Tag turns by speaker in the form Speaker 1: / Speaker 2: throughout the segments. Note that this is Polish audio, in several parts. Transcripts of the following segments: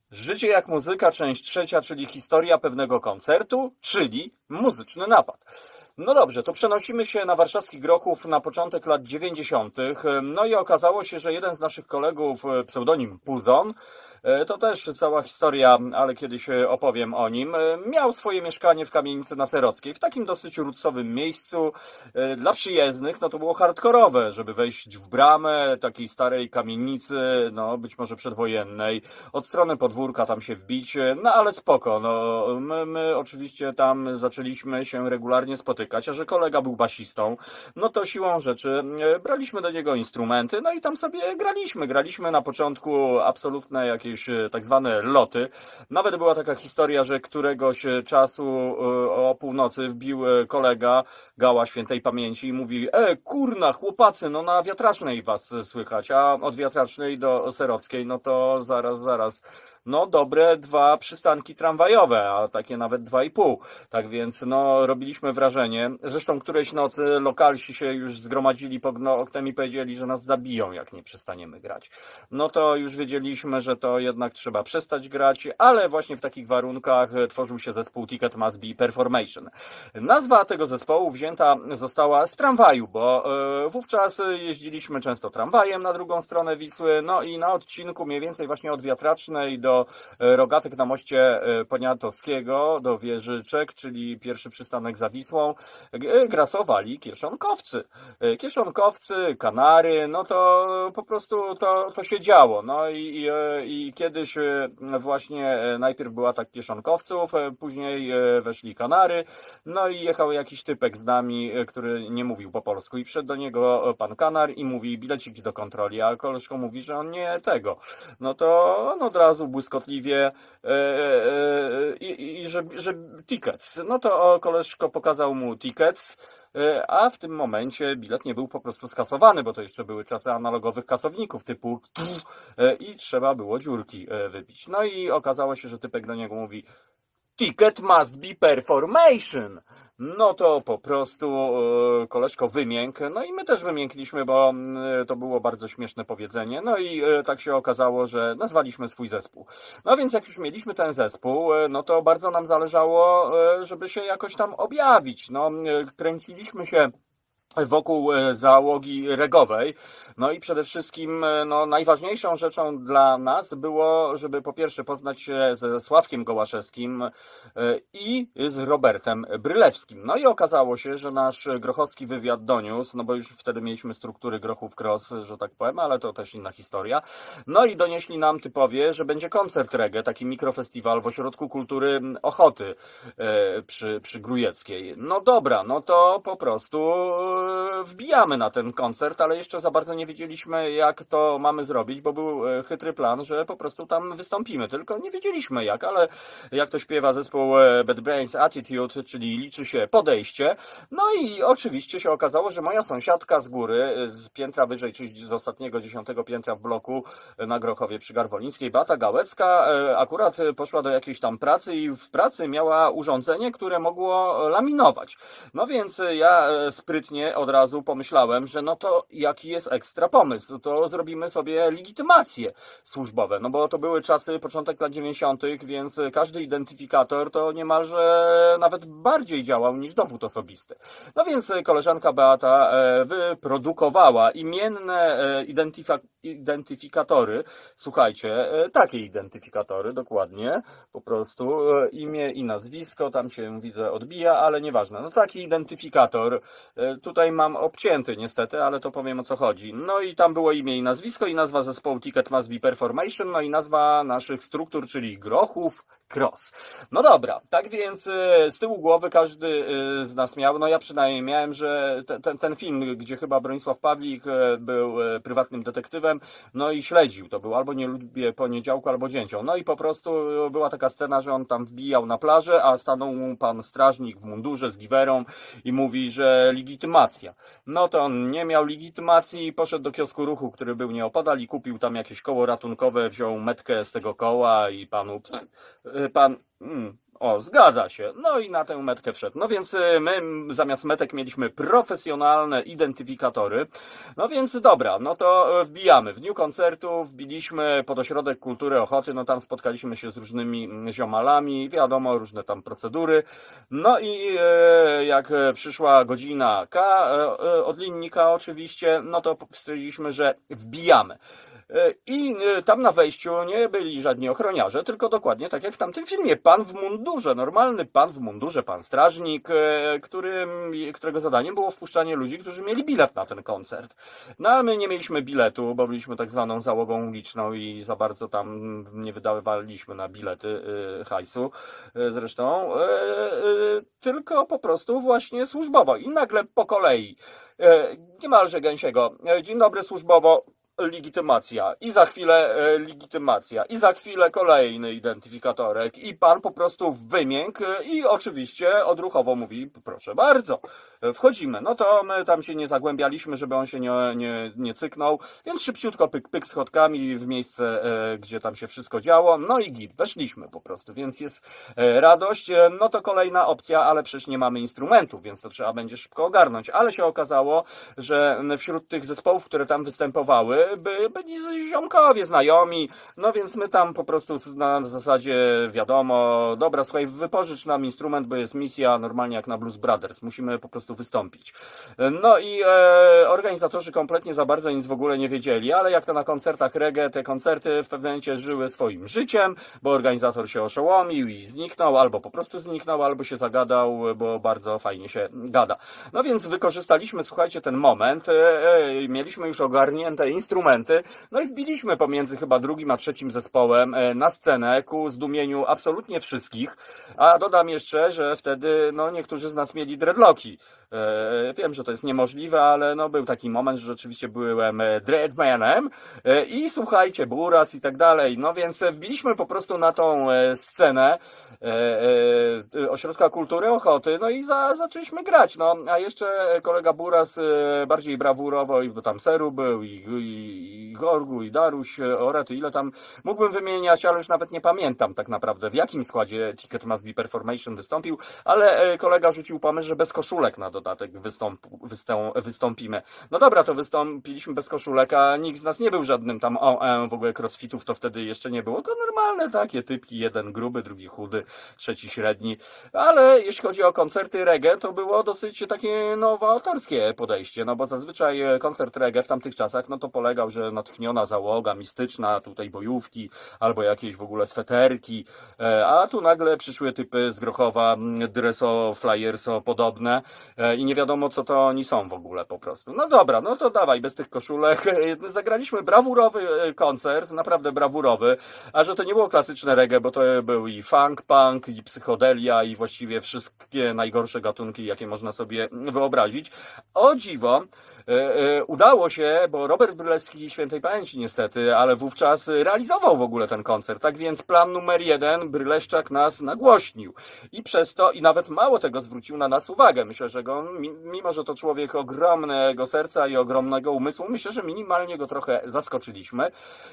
Speaker 1: Życie jak muzyka, część trzecia, czyli historia pewnego koncertu, czyli muzyczny napad. No dobrze, to przenosimy się na warszawskich Grochów na początek lat 90. No i okazało się, że jeden z naszych kolegów, pseudonim Puzon, to też cała historia, ale kiedyś opowiem o nim, miał swoje mieszkanie w kamienicy na Serockiej, w takim dosyć rutsowym miejscu. Dla przyjezdnych no to było hardkorowe, żeby wejść w bramę takiej starej kamienicy, no być może przedwojennej, od strony podwórka tam się wbić, no ale spoko, no my oczywiście tam zaczęliśmy się regularnie spotykać, a że kolega był basistą, no to siłą rzeczy braliśmy do niego instrumenty, no i tam sobie graliśmy na początku absolutne jakieś tak zwane loty. Nawet była taka historia, że któregoś czasu o północy wbił kolega Gała świętej pamięci i mówi: kurna, chłopacy, no na Wiatracznej was słychać, a od Wiatracznej do Serockiej, no to zaraz, no dobre 2 przystanki tramwajowe, a takie nawet 2,5. Tak więc no robiliśmy wrażenie. Zresztą którejś nocy lokalsi się już zgromadzili pod oknem i powiedzieli, że nas zabiją, jak nie przestaniemy grać. No to już wiedzieliśmy, że to jednak trzeba przestać grać, ale właśnie w takich warunkach tworzył się zespół Ticket Must Be Performation. Nazwa tego zespołu wzięta została z tramwaju, bo wówczas jeździliśmy często tramwajem na drugą stronę Wisły, no i na odcinku mniej więcej właśnie od Wiatracznej do Rogatek na moście Poniatowskiego, do Wieżyczek, czyli pierwszy przystanek za Wisłą, grasowali kieszonkowcy. Kieszonkowcy, Kanary, no to po prostu to się działo. No i kiedyś właśnie najpierw była tak kieszonkowców, później weszli Kanary, no i jechał jakiś typek z nami, który nie mówił po polsku i wszedł do niego pan Kanar i mówi: bileciki do kontroli, a koleżko mówi, że on nie tego. No to on od razu błyskotliwie że tickets. No to koleżko pokazał mu tickets, a w tym momencie bilet nie był po prostu skasowany, bo to jeszcze były czasy analogowych kasowników typu i trzeba było dziurki wybić. No i okazało się, że typek do niego mówi: Ticket must be performation. No to po prostu koleżko wymiękł, no i my też wymiękliśmy, bo to było bardzo śmieszne powiedzenie. No i tak się okazało, że nazwaliśmy swój zespół. No więc jak już mieliśmy ten zespół, no to bardzo nam zależało, żeby się jakoś tam objawić. No kręciliśmy się wokół załogi regowej. No i przede wszystkim no, najważniejszą rzeczą dla nas było, żeby po pierwsze poznać się ze Sławkiem Gołaszewskim i z Robertem Brylewskim. No i okazało się, że nasz grochowski wywiad doniósł, no bo już wtedy mieliśmy struktury Grochów Cross, że tak powiem, ale to też inna historia. No i donieśli nam typowie, że będzie koncert reggae, taki mikrofestiwal w Ośrodku Kultury Ochoty przy Grujeckiej. No dobra, no to po prostu wbijamy na ten koncert, ale jeszcze za bardzo nie wiedzieliśmy, jak to mamy zrobić, bo był chytry plan, że po prostu tam wystąpimy, tylko nie wiedzieliśmy jak, ale jak to śpiewa zespół Bad Brains Attitude, czyli liczy się podejście. No i oczywiście się okazało, że moja sąsiadka z góry, z piętra wyżej, czyli z ostatniego 10 piętra w bloku na Grochowie przy Garwolińskiej, Beata Gałecka, akurat poszła do jakiejś tam pracy i w pracy miała urządzenie, które mogło laminować. No więc ja sprytnie od razu pomyślałem, że no to jaki jest ekstra pomysł, to zrobimy sobie legitymacje służbowe, no bo to były czasy, początek lat 90., więc każdy identyfikator to niemalże nawet bardziej działał niż dowód osobisty. No więc koleżanka Beata wyprodukowała imienne identyfikatory, słuchajcie, takie identyfikatory dokładnie, po prostu imię i nazwisko, tam się widzę odbija, ale nieważne, no taki identyfikator, tutaj mam obcięty niestety, ale to powiem o co chodzi. No i tam było imię i nazwisko i nazwa zespołu Ticket Must Be Performation, no i nazwa naszych struktur, czyli Grochów Cross. No dobra, tak więc z tyłu głowy każdy z nas miał, no ja przynajmniej miałem, że ten film, gdzie chyba Bronisław Pawlik był prywatnym detektywem, no i śledził, to był albo Nie lubię poniedziałku, albo Dzięcioł. No i po prostu była taka scena, że on tam wbijał na plażę, a stanął mu pan strażnik w mundurze z giwerą i mówi, że legitymacja. No to on nie miał legitymacji i poszedł do kiosku Ruchu, który był nieopodal i kupił tam jakieś koło ratunkowe, wziął metkę z tego koła i panu O, zgadza się. No i na tę metkę wszedł. No więc my zamiast metek mieliśmy profesjonalne identyfikatory. No więc dobra, no to wbijamy. W dniu koncertu wbiliśmy pod Ośrodek Kultury Ochoty, no tam spotkaliśmy się z różnymi ziomalami, wiadomo, różne tam procedury. No i jak przyszła godzina K od linnika oczywiście, no to stwierdziliśmy, że wbijamy. I tam na wejściu nie byli żadni ochroniarze, tylko dokładnie tak jak w tamtym filmie. Pan w mundurze, normalny pan w mundurze, pan strażnik, którego zadaniem było wpuszczanie ludzi, którzy mieli bilet na ten koncert. No a my nie mieliśmy biletu, bo byliśmy tak zwaną załogą uliczną i za bardzo tam nie wydawaliśmy na bilety hajsu zresztą, tylko po prostu właśnie służbowo. I nagle po kolei, niemalże gęsiego, dzień dobry służbowo, legitymacja i za chwilę legitymacja i za chwilę kolejny identyfikatorek i pan po prostu wymiękł i oczywiście odruchowo mówi proszę bardzo, wchodzimy. No to my tam się nie zagłębialiśmy, żeby on się nie cyknął, więc szybciutko pyk pyk schodkami w miejsce, gdzie tam się wszystko działo, no i git, weszliśmy po prostu, więc jest radość. No to kolejna opcja, ale przecież nie mamy instrumentów, więc to trzeba będzie szybko ogarnąć, ale się okazało, że wśród tych zespołów, które tam występowały, byli ziomkowie, znajomi, no więc my tam po prostu na zasadzie wiadomo, dobra, słuchaj, wypożycz nam instrument, bo jest misja normalnie jak na Blues Brothers, musimy po prostu wystąpić. No i organizatorzy kompletnie za bardzo nic w ogóle nie wiedzieli, ale jak to na koncertach reggae, te koncerty w pewnym momencie żyły swoim życiem, bo organizator się oszołomił i zniknął, albo po prostu zniknął, albo się zagadał, bo bardzo fajnie się gada. No więc wykorzystaliśmy, słuchajcie, ten moment, mieliśmy już ogarnięte instrumenty, no i wbiliśmy pomiędzy chyba drugim a trzecim zespołem na scenę ku zdumieniu absolutnie wszystkich, a dodam jeszcze, że wtedy no niektórzy z nas mieli dreadlocki. Wiem, że to jest niemożliwe, ale no był taki moment, że rzeczywiście byłem dreadmanem i słuchajcie, buras i tak dalej, no więc wbiliśmy po prostu na tą scenę Ośrodka Kultury Ochoty, no i zaczęliśmy grać, no a jeszcze kolega Buras bardziej brawurowo, bo tam Seru był i Gorgu i Daruś, Orety, ile tam mógłbym wymieniać, ale już nawet nie pamiętam tak naprawdę w jakim składzie Ticket Must Be Performation wystąpił, ale kolega rzucił pomysł, że bez koszulek na dodatek wystąpimy. No dobra, to wystąpiliśmy bez koszulek, a nikt z nas nie był żadnym tam w ogóle crossfitów to wtedy jeszcze nie było, to normalne takie typki, jeden gruby, drugi chudy, trzeci średni, ale jeśli chodzi o koncerty reggae, to było dosyć takie nowatorskie podejście, no bo zazwyczaj koncert reggae w tamtych czasach, no to polegał, że natchniona załoga mistyczna, tutaj bojówki, albo jakieś w ogóle sweterki, a tu nagle przyszły typy z Grochowa, dreso, flyerso podobne i nie wiadomo co to oni są w ogóle po prostu. No dobra, no to dawaj, bez tych koszulek. Zagraliśmy brawurowy koncert, naprawdę brawurowy, a że to nie było klasyczne reggae, bo to był i funk, punk, i psychodelia, i właściwie wszystkie najgorsze gatunki, jakie można sobie wyobrazić. O dziwo, udało się, bo Robert Brylewski świętej pamięci niestety, ale wówczas realizował w ogóle ten koncert. Tak więc plan numer 1, Bryleszczak nas nagłośnił. I przez to, i nawet mało tego zwrócił na nas uwagę. Myślę, że go, mimo że to człowiek ogromnego serca i ogromnego umysłu, myślę, że minimalnie go trochę zaskoczyliśmy.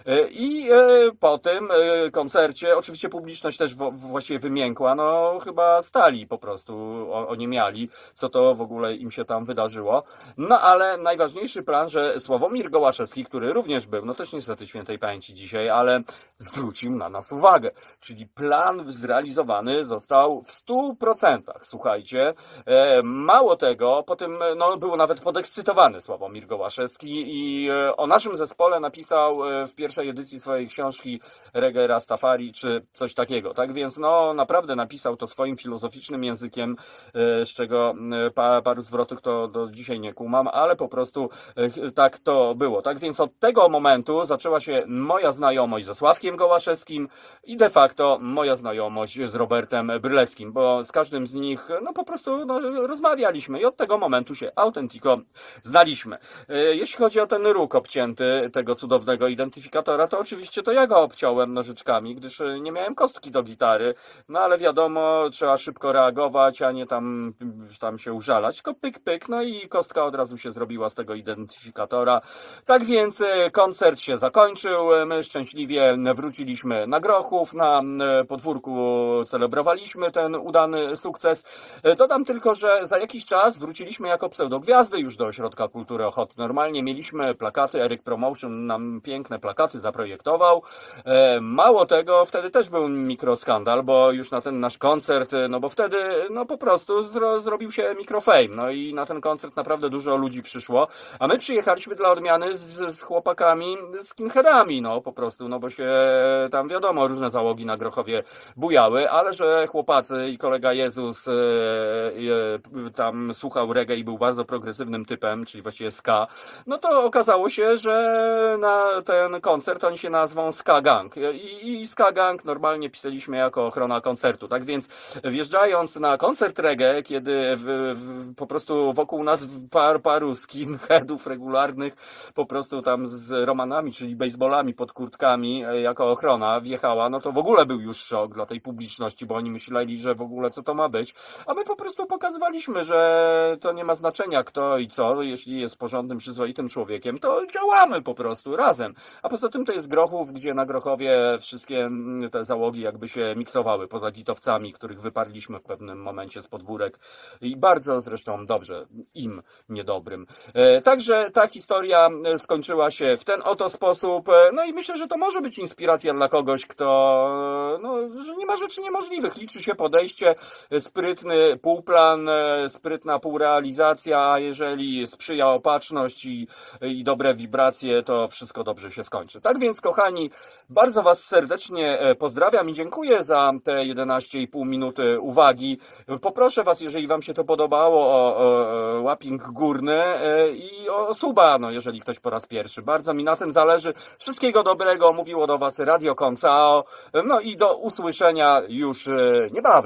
Speaker 1: I po tym koncercie, oczywiście publiczność też właściwie wymiękła, no chyba stali po prostu, oniemiali, co to w ogóle im się tam wydarzyło. No ale najważniejszy plan, że Sławomir Gołaszewski, który również był, no też niestety świętej pamięci dzisiaj, ale zwrócił na nas uwagę. Czyli plan zrealizowany został w 100%. Słuchajcie, mało tego, potem no, był nawet podekscytowany Sławomir Gołaszewski i o naszym zespole napisał w pierwszej edycji swojej książki Reggae Rastafari, czy coś takiego. Tak więc no naprawdę napisał to swoim filozoficznym językiem, z czego paru zwrotów to do dzisiaj nie kumam, ale po prostu tak to było. Tak więc od tego momentu zaczęła się moja znajomość ze Sławkiem Gołaszewskim i de facto moja znajomość z Robertem Brylewskim, bo z każdym z nich no po prostu rozmawialiśmy i od tego momentu się autentyko znaliśmy. Jeśli chodzi o ten róg obcięty tego cudownego identyfikatora, to oczywiście to ja go obciąłem nożyczkami, gdyż nie miałem kostki do gitary, no ale wiadomo, trzeba szybko reagować, a nie tam się użalać, tylko pyk, pyk, no i kostka od razu się zrobiła zrobiła z tego identyfikatora. Tak więc koncert się zakończył, my szczęśliwie wróciliśmy na Grochów, na podwórku celebrowaliśmy ten udany sukces. Dodam tylko, że za jakiś czas wróciliśmy jako pseudogwiazdy już do Ośrodka Kultury Ochoty. Normalnie mieliśmy plakaty, Eryk Promotion nam piękne plakaty zaprojektował. Mało tego, wtedy też był mikroskandal, bo już na ten nasz koncert, no bo wtedy no po prostu zrobił się mikrofame, no i na ten koncert naprawdę dużo ludzi przyszło, a my przyjechaliśmy dla odmiany z chłopakami, skinheadami, no po prostu, no bo się tam wiadomo, różne załogi na Grochowie bujały, ale że chłopacy i kolega Jezus tam słuchał reggae i był bardzo progresywnym typem, czyli właściwie ska, no to okazało się, że na ten koncert oni się nazwą Ska Gang i Ska Gang normalnie pisaliśmy jako ochrona koncertu, tak więc wjeżdżając na koncert reggae, kiedy po prostu wokół nas paru skinheadów regularnych po prostu tam z romanami, czyli baseballami pod kurtkami jako ochrona wjechała, no to w ogóle był już szok dla tej publiczności, bo oni myśleli, że w ogóle co to ma być, a my po prostu pokazywaliśmy, że to nie ma znaczenia kto i co, jeśli jest porządnym, przyzwoitym człowiekiem, to działamy po prostu razem. A poza tym to jest Grochów, gdzie na Grochowie wszystkie te załogi jakby się miksowały poza gitowcami, których wyparliśmy w pewnym momencie z podwórek i bardzo zresztą dobrze, im niedobrym. Także ta historia skończyła się w ten oto sposób, no i myślę, że to może być inspiracja dla kogoś, kto, no, że nie ma rzeczy niemożliwych, liczy się podejście, sprytny półplan, sprytna półrealizacja, a jeżeli sprzyja opatrzność i dobre wibracje, to wszystko dobrze się skończy. Tak więc, kochani, bardzo Was serdecznie pozdrawiam i dziękuję za te 11,5 minuty uwagi. Poproszę Was, jeżeli Wam się to podobało, o łaping górny i o suba, no jeżeli ktoś po raz pierwszy. Bardzo mi na tym zależy. Wszystkiego dobrego, mówiło do Was Radio Koncao. No i do usłyszenia już niebawem.